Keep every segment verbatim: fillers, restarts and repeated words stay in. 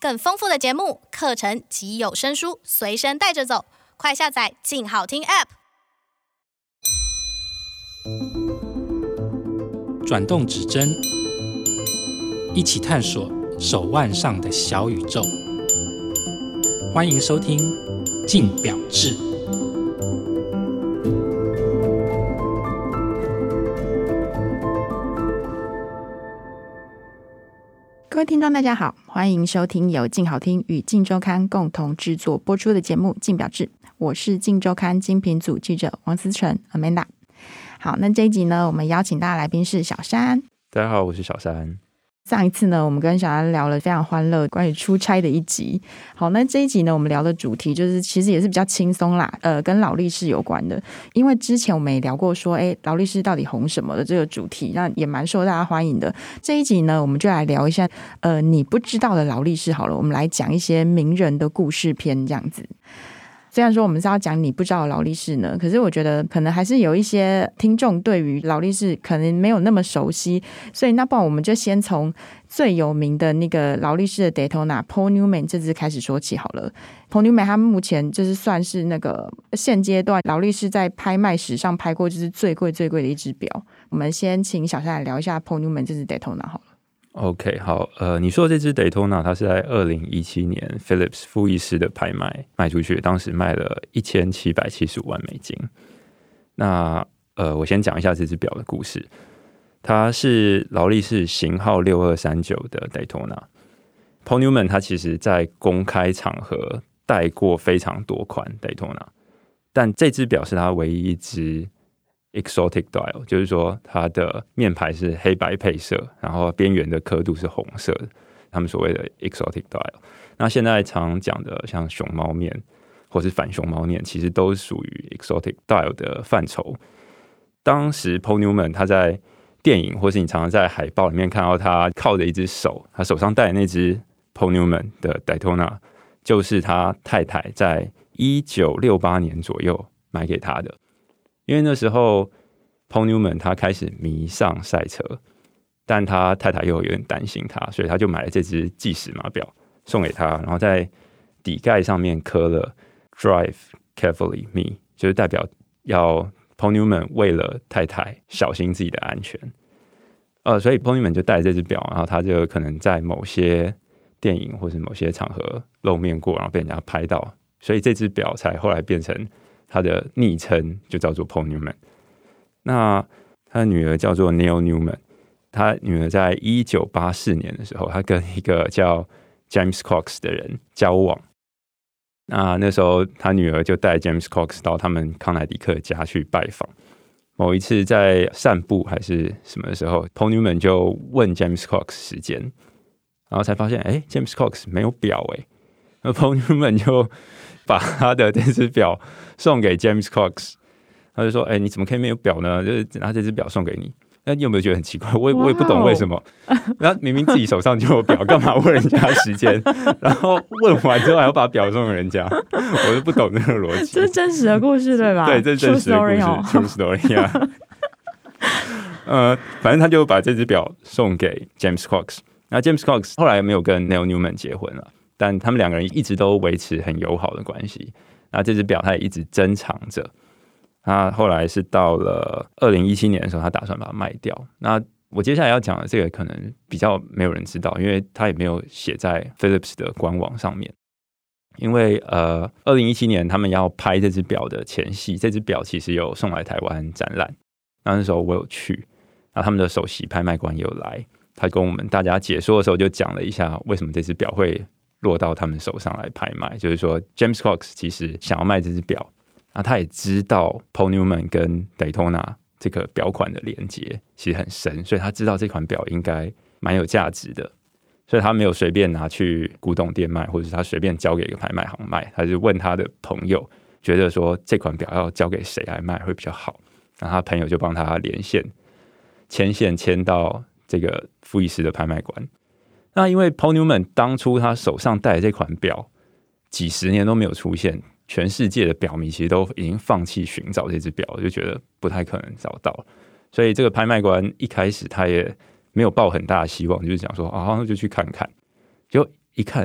更丰富的节目、课程及有声书随身带着走，快下载静好听 App。 转动指针，一起探索手腕上的小宇宙。欢迎收听《静表志》。 各位听众大家好，欢迎收听由静好听与静周刊共同制作播出的节目《静表志》，我是静周刊精品组记者王思成 Amanda。 好，那这一集呢，我们邀请到的来宾是小山。 大家好，我是小山。 上一次呢，我们跟小山聊了非常欢乐关于出差的一集。好，那这一集呢，我们聊的主题就是其实也是比较轻松啦，呃，跟劳力士有关的。因为之前我们也聊过说，哎，劳力士到底红什么的这个主题，那也蛮受大家欢迎的。这一集呢，我们就来聊一下，呃，你不知道的劳力士好了，我们来讲一些名人的故事篇这样子。虽然说我们是要讲你不知道的劳力士呢，可是我觉得可能还是有一些听众对于劳力士可能没有那么熟悉，所以那不然我们就先从最有名的那个劳力士的 Daytona Paul Newman 这支开始说起好了。Paul Newman 他目前就是算是那个现阶段劳力士在拍卖史上拍过就是最贵最贵的一支表。我们先请小山来聊一下 Paul Newman 这支 Daytona 好了。 OK， 好，呃，你说的这支 Daytona， 它是在二零一七年 Phillips 富艺士的拍卖卖出去，当时卖了一千七百七十五万美金。那呃，我先讲一下这支表的故事。它是劳力士型号六二三九的 Daytona。Paul Newman 他其实在公开场合戴过非常多款 Daytona， 但这支表是他唯一一支Exotic dial， 就是说它的面牌是黑白配色，然后边缘的刻度是红色的，他们所谓的 Exotic dial。 那现在常讲的像熊猫面或是反熊猫面，其实都属于 Exotic dial 的范畴。当时 Paul Newman 他在电影或是你常常在海报里面看到他靠着一只手，他手上戴的那只 Paul Newman 的 Daytona 就是他太太在一九六八年左右买给他的。因为那时候 Paul Newman 他开始迷上赛车，但他太太又有点担心他，所以他就买了这只计时码表送给他，然后在底盖上面刻了 Drive carefully me， 就是代表要 Paul Newman 为了太太小心自己的安全。呃，所以 Paul Newman 就带着这只表，然后他就可能在某些电影或是某些场合露面过，然后被人家拍到，所以这只表才后来变成他的昵称，就叫做 Paul Newman。 那他的女儿叫做 Neil Newman， 他女儿在一九八四年的时候，他跟一个叫 James Cox 的人交往。那那时候他女儿就带 James Cox 到他们康乃狄克家去拜访。某一次在散步还是什么的时候， Paul Newman 就问 James Cox 时间，然后才发现哎 James Cox 没有表哎，那 Paul Newman 就把他的这只表送给 James Cox， 他就说：“哎、欸，你怎么可以没有表呢？就是拿这只表送给你。”那你有没有觉得很奇怪？我也我也不懂为什么。然后明明自己手上就有表，干嘛问人家时间？然后问完之后还要把表送给人家，我就不懂这个逻辑。 这是真实的故事对吧？ 对，这是真实的故事 ，True story 啊。呃，反正他就把这只表送给 James Cox。那 James Cox 后来没有跟 Neil Newman 结婚了，但他们两个人一直都维持很友好的关系。那这只表他也一直珍藏着。他后来是到了二零一七年的时候，他打算把它卖掉。那我接下来要讲的这个可能比较没有人知道，因为他也没有写在 Phillips 的官网上面。因为呃，二零一七年他们要拍这只表的前夕，这只表其实有送来台湾展览。那那时候我有去，然后他们的首席拍卖官也有来，他跟我们大家解说的时候就讲了一下为什么这只表会落到他们手上来拍卖。就是说 James Cox 其实想要卖这只表，那他也知道 Paul Newman 跟 Daytona 这个表款的连结其实很深，所以他知道这款表应该蛮有价值的，所以他没有随便拿去古董店卖，或者是他随便交给一个拍卖行卖，他就问他的朋友，觉得说这款表要交给谁来卖会比较好，然后他朋友就帮他连线牵线牵到这个富艺士的拍卖官。那因为 Paul Newman 当初他手上戴的这款表几十年都没有出现，全世界的表迷其实都已经放弃寻找这只表，就觉得不太可能找到，所以这个拍卖官一开始他也没有抱很大的希望，就是讲说啊，那就去看看。就一看，哎，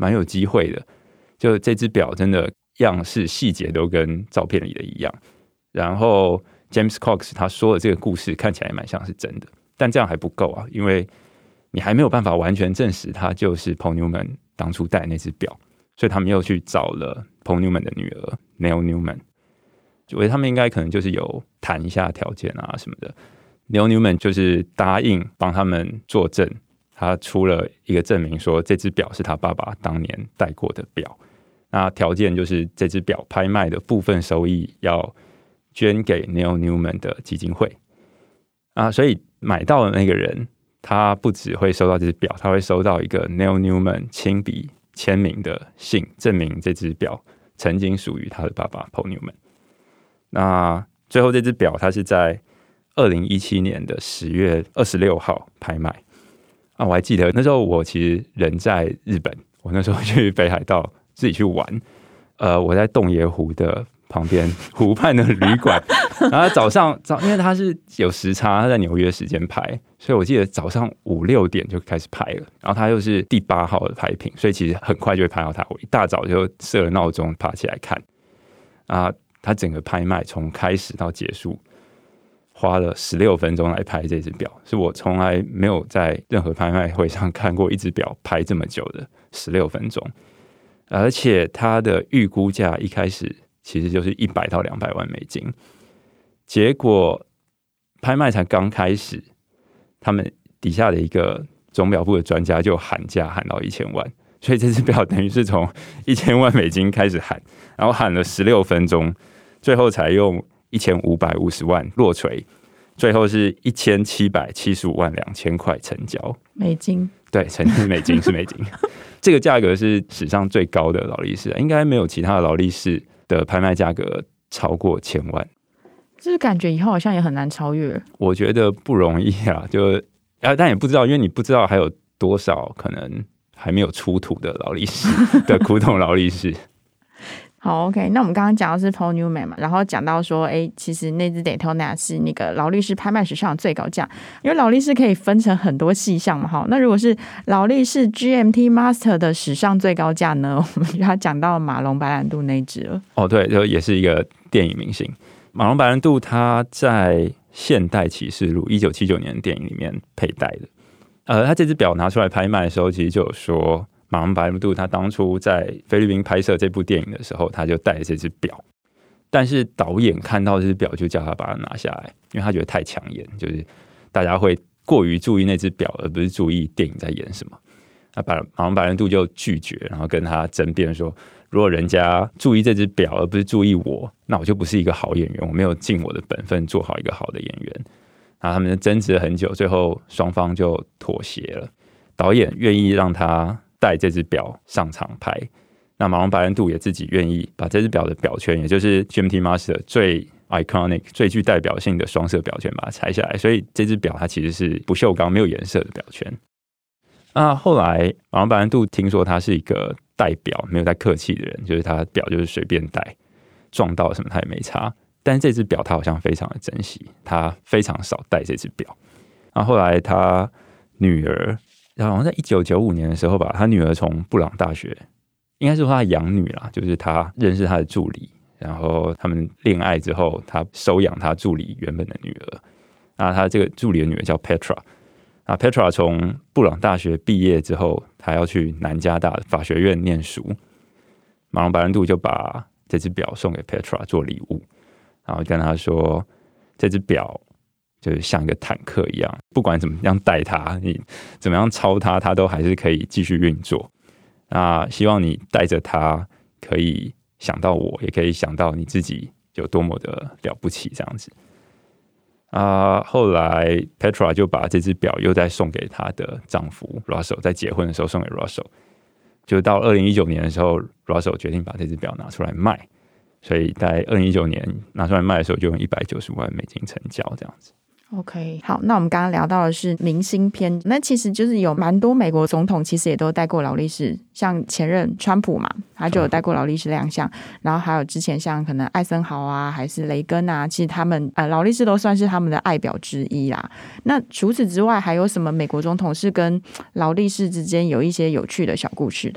蛮有机会的。就这只表真的样式细节都跟照片里的一样，然后 James Cox 他说的这个故事看起来蛮像是真的，但这样还不够啊，因为你还没有办法完全证实他就是 Paul Newman 当初戴那只表，所以他们又去找了 Paul Newman 的女儿 Neil Newman， 我觉得他们应该可能就是有谈一下条件啊什么的。Neil Newman 就是答应帮他们作证，他出了一个证明说这只表是他爸爸当年戴过的表，那条件就是这只表拍卖的部分收益要捐给 Neil Newman 的基金会啊，所以买到的那个人他不只会收到这只表，他会收到一个 Neil Newman 亲笔签名的信，证明这只表曾经属于他的爸爸 Paul Newman。 那最后这只表它是在二零一七年的十月二十六号拍卖啊，我还记得那时候我其实人在日本，我那时候去北海道自己去玩，呃，我在洞爷湖的旁边湖畔的旅馆，然后早上早，因为他是有时差，他在纽约时间拍，所以我记得早上五六点就开始拍了，然后他又是第八号的拍品，所以其实很快就会拍到他。我一大早就设了闹钟爬起来看啊，他整个拍卖从开始到结束花了十六分钟来拍这只表，是我从来没有在任何拍卖会上看过一只表拍这么久的十六分钟，而且它的预估价一开始其实就是一百到两百万美金，结果拍卖才刚开始，他们底下的一个钟表部的专家就喊价喊到一千万，所以这只表等于是从一千万美金开始喊，然后喊了十六分钟，最后才用一千五百五十万落锤，最后是一千七百七十五万两千块成交美金， 对，成美金是美金，这个价格是史上最高的劳力士，应该没有其他的劳力士的拍卖价格超过千万， 就是感觉以后好像也很难超越。我觉得不容易啊，就啊，但也不知道，因为你不知道还有多少可能还没有出土的劳力士的古董劳力士。 好 ，OK， 那我们刚刚讲的是 Paul Newman 嘛，然后讲到说，哎，其实那只 Daytona 是那个劳力士拍卖史上的最高价，因为劳力士可以分成很多细项嘛，哈。那如果是劳力士 G M T Master 的史上最高价呢，我们就要讲到马龙白兰度那一只了。 哦，对，就也是一个电影明星，马龙白兰度他在《现代启示录》一九七九年的电影里面佩戴的。呃，他这只表拿出来拍卖的时候，其实就有说，马龙白兰度他当初在菲律宾拍摄这部电影的时候，他就带了这只表，但是导演看到这只表就叫他把它拿下来，因为他觉得太抢眼，就是大家会过于注意那只表，而不是注意电影在演什么。那马龙白兰度就拒绝，然后跟他争辩说，如果人家注意这只表而不是注意我，那我就不是一个好演员，我没有尽我的本分做好一个好的演员。然后他们争执了很久，最后双方就妥协了，导演愿意让他带这只表上场拍，那马龙白兰度也自己愿意把这只表的表圈，也就是 G M T Master 最 iconic 最具代表性的双色表圈把它拆下来，所以这只表它其实是不锈钢没有颜色的表圈。那后来马龙白兰度听说他是一个戴表没有在客气的人，就是他表就是随便戴，撞到什么他也没差，但是这只表他好像非常的珍惜，他非常少戴这只表。然后后来他女儿好像在一九九五年的时候吧，他女儿从布朗大学，应该是说他养女啦，就是他认识他的助理，然后他们恋爱之后，他收养他助理原本的女儿。那他这个助理的女儿叫 Petra， 那 Petra 从布朗大学毕业之后，他要去南加大的法学院念书，马龙白兰度就把这只表送给 Petra 做礼物，然后跟他说，这只表就是像一个坦克一样，不管怎么样带它，你怎么样超它，它都还是可以继续运作。那希望你带着它，可以想到我，也可以想到你自己有多么的了不起，这样子。啊，后来 Petra 就把这只表又再送给她的丈夫 Russell， 在结婚的时候送给 Russell。就到二零一九年的时候 ，Russell 决定把这只表拿出来卖，所以在二零一九年拿出来卖的时候，就用一百九十万美金成交，这样子。 OK， 好，那我们刚刚聊到的是明星篇，那其实就是有蛮多美国总统其实也都戴过劳力士，像前任川普嘛，他就有戴过劳力士亮相，然后还有之前像可能艾森豪啊，还是雷根啊，其实他们呃劳力士都算是他们的爱表之一啦。那除此之外，还有什么美国总统是跟劳力士之间有一些有趣的小故事的？ 我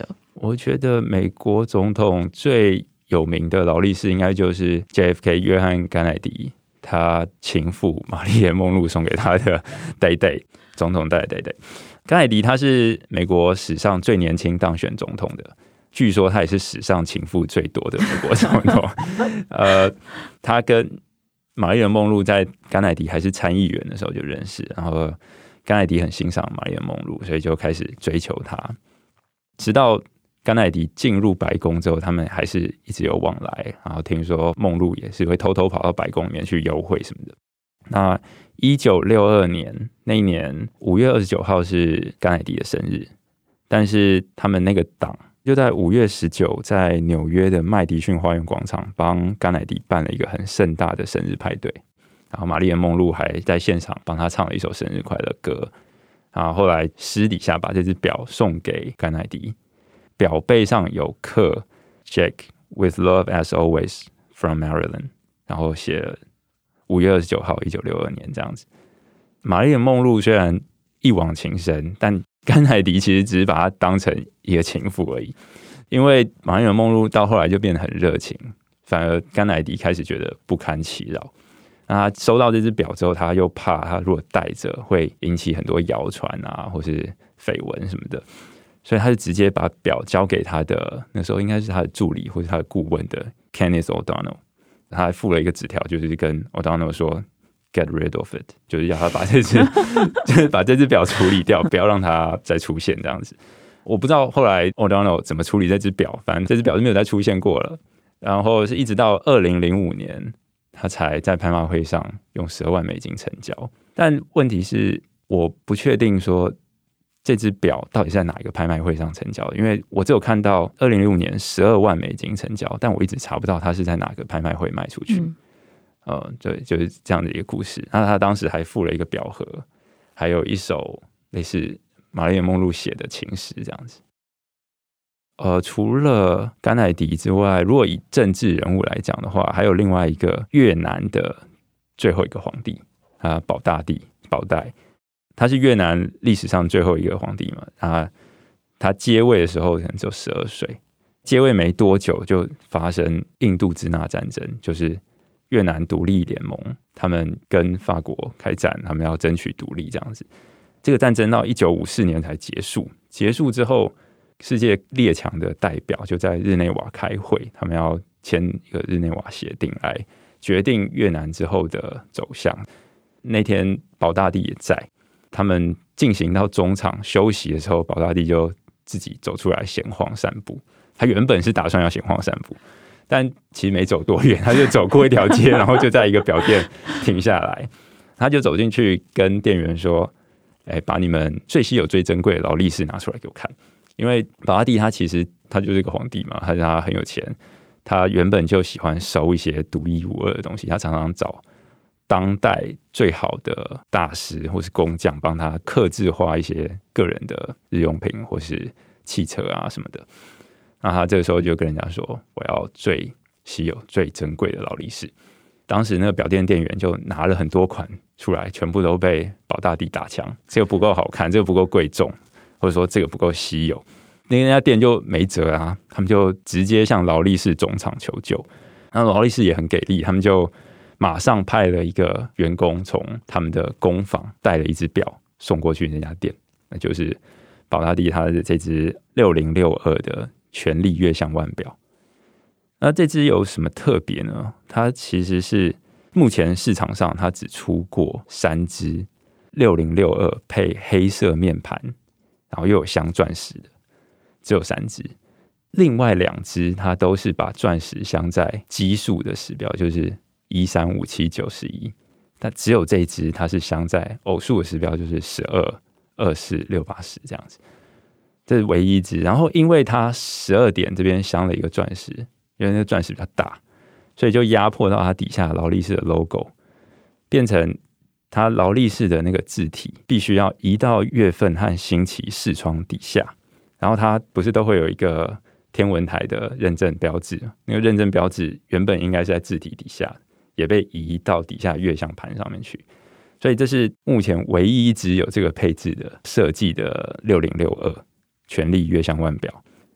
我觉得美国总统最有名的劳力士应该就是 J F K 约翰甘乃迪，他情妇玛丽莲梦露送给他的呆呆总统戴呆呆。甘乃迪他是美国史上最年轻当选总统的，据说他也是史上情妇最多的美国总统。呃，他跟玛丽莲梦露在甘乃迪还是参议员的时候就认识，然后甘乃迪很欣赏玛丽莲梦露，所以就开始追求她。直到甘乃迪进入白宫之后，他们还是一直有往来，然后听说梦露也是会偷偷跑到白宫里面去幽会什么的。那一九六二年那一年五月二十九号是甘乃迪的生日，但是他们那个党就在五月十九在纽约的麦迪逊花园广场帮甘乃迪办了一个很盛大的生日派对，然后玛丽莲梦露还在现场帮他唱了一首生日快乐歌，然后后来私底下把这只表送给甘乃迪，表背上有刻 Jack with love as always from Maryland， 然后写了五月二十九号一九六二年这样子。玛丽莲梦露虽然一往情深，但甘乃迪其实只是把她当成一个情妇而已，因为玛丽莲梦露到后来就变得很热情，反而甘乃迪开始觉得不堪其扰。那他收到这只表之后，他又怕他如果戴着会引起很多谣传啊，或是绯闻什么的，所以他就直接把表交给他的那时候应该是他的助理或是他的顾问的 Kenneth O'Donnell， 他还附了一个纸条，就是跟 O'Donnell 说 Get rid of it， 就是要他把这只就是把这只表处理掉，不要让它再出现这样子。我不知道后来 O'Donnell 怎么处理这只表，反正这只表就没有再出现过了。然后是一直到二零零五年，他才在拍卖会上用十二万美金成交。但问题是，我不确定说这只表到底是在哪一个拍卖会上成交的，因为我只有看到二零零五年十二万美金成交，但我一直查不到他是在哪个拍卖会卖出去。嗯呃，对，就是这样的一个故事。那他当时还附了一个表盒，还有一首类似玛丽莲梦露写的情诗，这样子。呃，除了甘乃迪之外，如果以政治人物来讲的话，还有另外一个越南的最后一个皇帝啊，保大帝保代，他是越南历史上最后一个皇帝嘛。他他接位的时候可能只有十二岁，接位没多久就发生印度支那战争，就是越南独立联盟，他们跟法国开战，他们要争取独立这样子。这个战争到一九五四年才结束，结束之后，世界列强的代表就在日内瓦开会，他们要签一个日内瓦协定来决定越南之后的走向。那天保大帝也在，他们进行到中场休息的时候，保大帝就自己走出来闲晃散步。他原本是打算要闲晃散步，但其实没走多远，他就走过一条街，然后就在一个表店停下来。他就走进去跟店员说：“哎，把你们最稀有、最珍贵的劳力士拿出来给我看。”因为保大帝他其实他就是个皇帝嘛，他他很有钱，他原本就喜欢收一些独一无二的东西，他常常找当代最好的大师或是工匠帮他客制化一些个人的日用品或是汽车啊什么的。那他这个时候就跟人家说：“我要最稀有、最珍贵的劳力士。”当时那个表店店员就拿了很多款出来，全部都被保大帝打枪，这个不够好看，这个不够贵重。或者说这个不够稀有，那家店就没辙啊，他们就直接向劳力士总厂求救。那劳力士也很给力，他们就马上派了一个员工从他们的工坊带了一只表送过去那家店，那就是保大帝他的这只六零六二的权力月相腕表。那这只有什么特别呢？它其实是目前市场上它只出过三只六零六二配黑色面盘，然后又有镶钻石的，只有三只。另外两只它都是把钻石镶在奇数的时标，就是一三五七九十一。但只有这一只它是镶在偶数的时标，就是十二二四六八十这样子。这是唯一一只。然后因为它十二点这边镶了一个钻石，因为那个钻石比较大，所以就压迫到它底下劳力士的 logo， 变成它劳力士的那个字体必须要移到月份和星期视窗底下，然后它不是都会有一个天文台的认证标志，那个认证标志原本应该是在字体底下，也被移到底下月相盘上面去，所以这是目前唯一一只有这个配置的设计的六零六二权力月相腕表。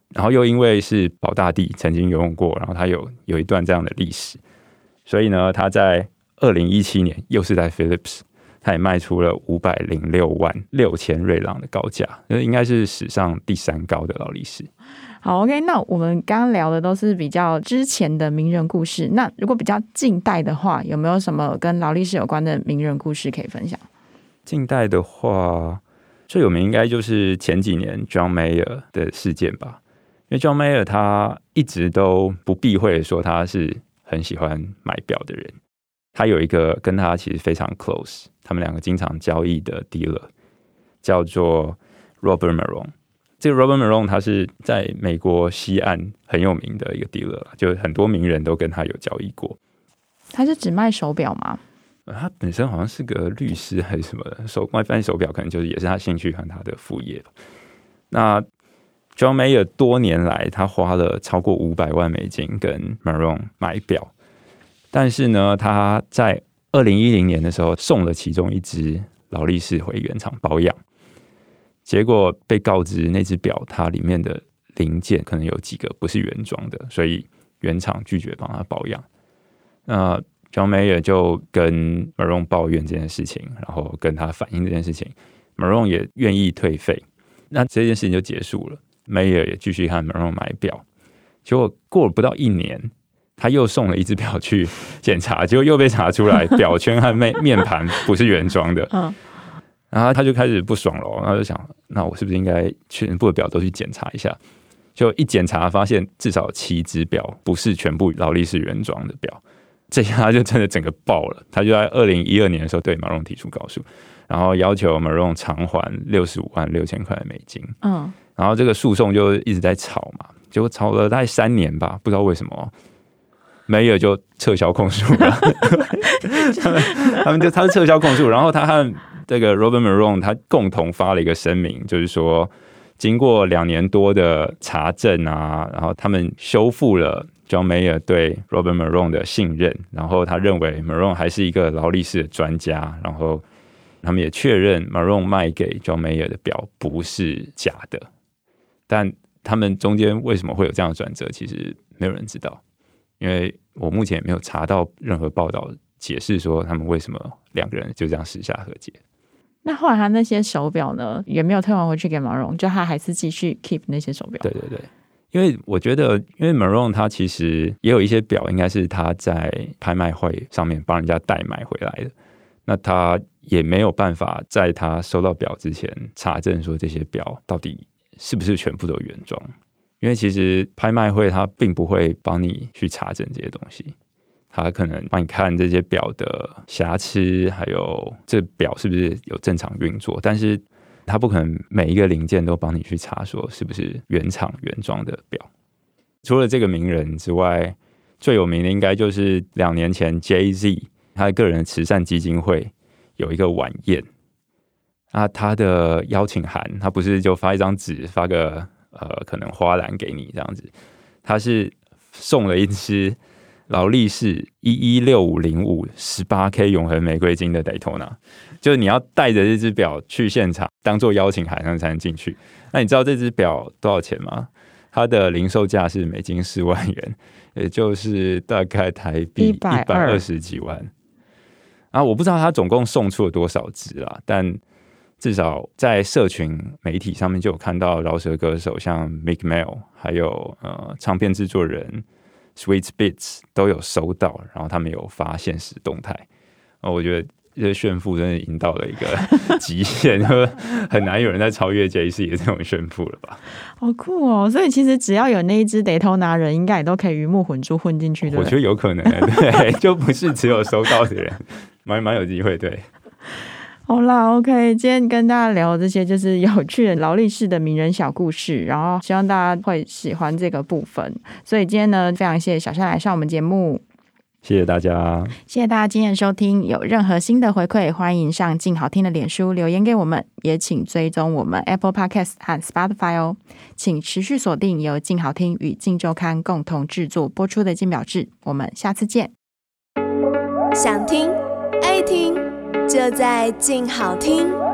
然后又因为是保大帝曾经游泳过，然后他有有一段这样的历史，所以呢，他在二零一七年又是在 Philips， 他也卖出了五百零六万六千瑞郎的高价，应该是史上第三高的劳力士。 好 ，OK， 那我们刚刚聊的都是比较之前的名人故事，那如果比较近代的话，有没有什么跟劳力士有关的名人故事可以分享？ 近代的话，最有名应该就是前几年 John Mayer 的事件吧。因为 John Mayer 他一直都不避讳说他是很喜欢买表的人，他有一个跟他其实非常 close， 他们两个经常交易的 dealer 叫做 Robert Marone。这个 Robert Marone 他是在美国西岸很有名的一个 dealer， 就很多名人都跟他有交易过。 他是只卖手表吗？ 他本身好像是个律师还是什么的，手卖翻手表可能就是也是他兴趣和他的副业吧。那John Mayer 多年来，他花了超过五百万美金跟 Marone 买表，但是呢，他在二零一零年的时候送了其中一只劳力士回原厂保养，结果被告知那只表它里面的零件可能有几个不是原装的，所以原厂拒绝帮他保养。那 John Mayer 就跟 Marone 抱怨这件事情，然后跟他反映这件事情 ，Marone 也愿意退费，那这件事情就结束了。Mayer 也继续和 Marone 买表，结果过了不到一年，他又送了一只表去检查，结果又被查出来表圈和面盘不是原装的。嗯，然后他就开始不爽了，然后就想，那我是不是应该全部的表都去检查一下？就一检查发现至少七只表不是全部劳力士原装的表，这下他就真的整个爆了。他就在二零一二年的时候对 Marone 提出告诉，然后要求 Marone 偿还六十五万六千块的美金。嗯。然后这个诉讼就一直在吵嘛，结果吵了大概三年吧，不知道为什么 Mayer 就撤销控诉了。他们他们就他是撤销控诉，然后他和这个 Robert Marone 他共同发了一个声明，就是说经过两年多的查证啊，然后他们修复了 John Mayer 对 Robert Marone 的信任，然后他认为 Marone 还是一个劳力士的专家，然后他们也确认 Marone 卖给 John Mayer 的表不是假的。但他们中间为什么会有这样的转折，其实没有人知道，因为我目前也没有查到任何报道解释说他们为什么两个人就这样私下和解。 那后来他那些手表呢，也没有退还回去给 Marone， 就他还是继续 keep 那些手表。 对对对，因为我觉得，因为 Marone 他其实也有一些表，应该是他在拍卖会上面帮人家代买回来的，那他也没有办法在他收到表之前查证说这些表到底是不是全部都原装？因为其实拍卖会它并不会帮你去查证这些东西，它可能帮你看这些表的瑕疵，还有这表是不是有正常运作，但是它不可能每一个零件都帮你去查说是不是原厂原装的表。除了这个名人之外，最有名的应该就是两年前 Jay-Z 他个人的慈善基金会有一个晚宴。啊，他的邀请函，他不是就发一张纸，发个呃可能花篮给你这样子，他是送了一支劳力士一一六五零五 十八K 永恒玫瑰金的 Daytona， 就是你要带着这只表去现场，当做邀请函才能进去。那你知道这只表多少钱吗？它的零售价是美金四万元，也就是大概台币一百二十几万。啊，我不知道他总共送出了多少只啦，但至少在社群媒体上面就有看到饶舌歌手像 Meek Mill 还有呃唱片制作人 Sweet Beats 都有收到，然后他们有发现实动态。哦，我觉得这炫富真的已经到了一个极限，很难有人再超越 Jay-Z 的这种炫富了吧？ 好酷哦！所以其实只要有那一只 Daytona 人，应该也都可以鱼目混珠混进去的。 我觉得有可能，对，就不是只有收到的人，蛮蛮有机会，对。 好啦 OK， 今天跟大家聊这些就是有趣的劳力士的名人小故事，然后希望大家会喜欢这个部分。所以今天呢，非常谢谢小夏来上我们节目， 谢谢大家， 谢谢大家今天的收听。有任何新的回馈，欢迎上静好听的脸书留言给我们，也请追踪我们 Apple Podcast 和 Spotify 哦。请持续锁定由静好听与静周刊共同制作播出的静表志，我们下次见。 想听爱听就在静好听。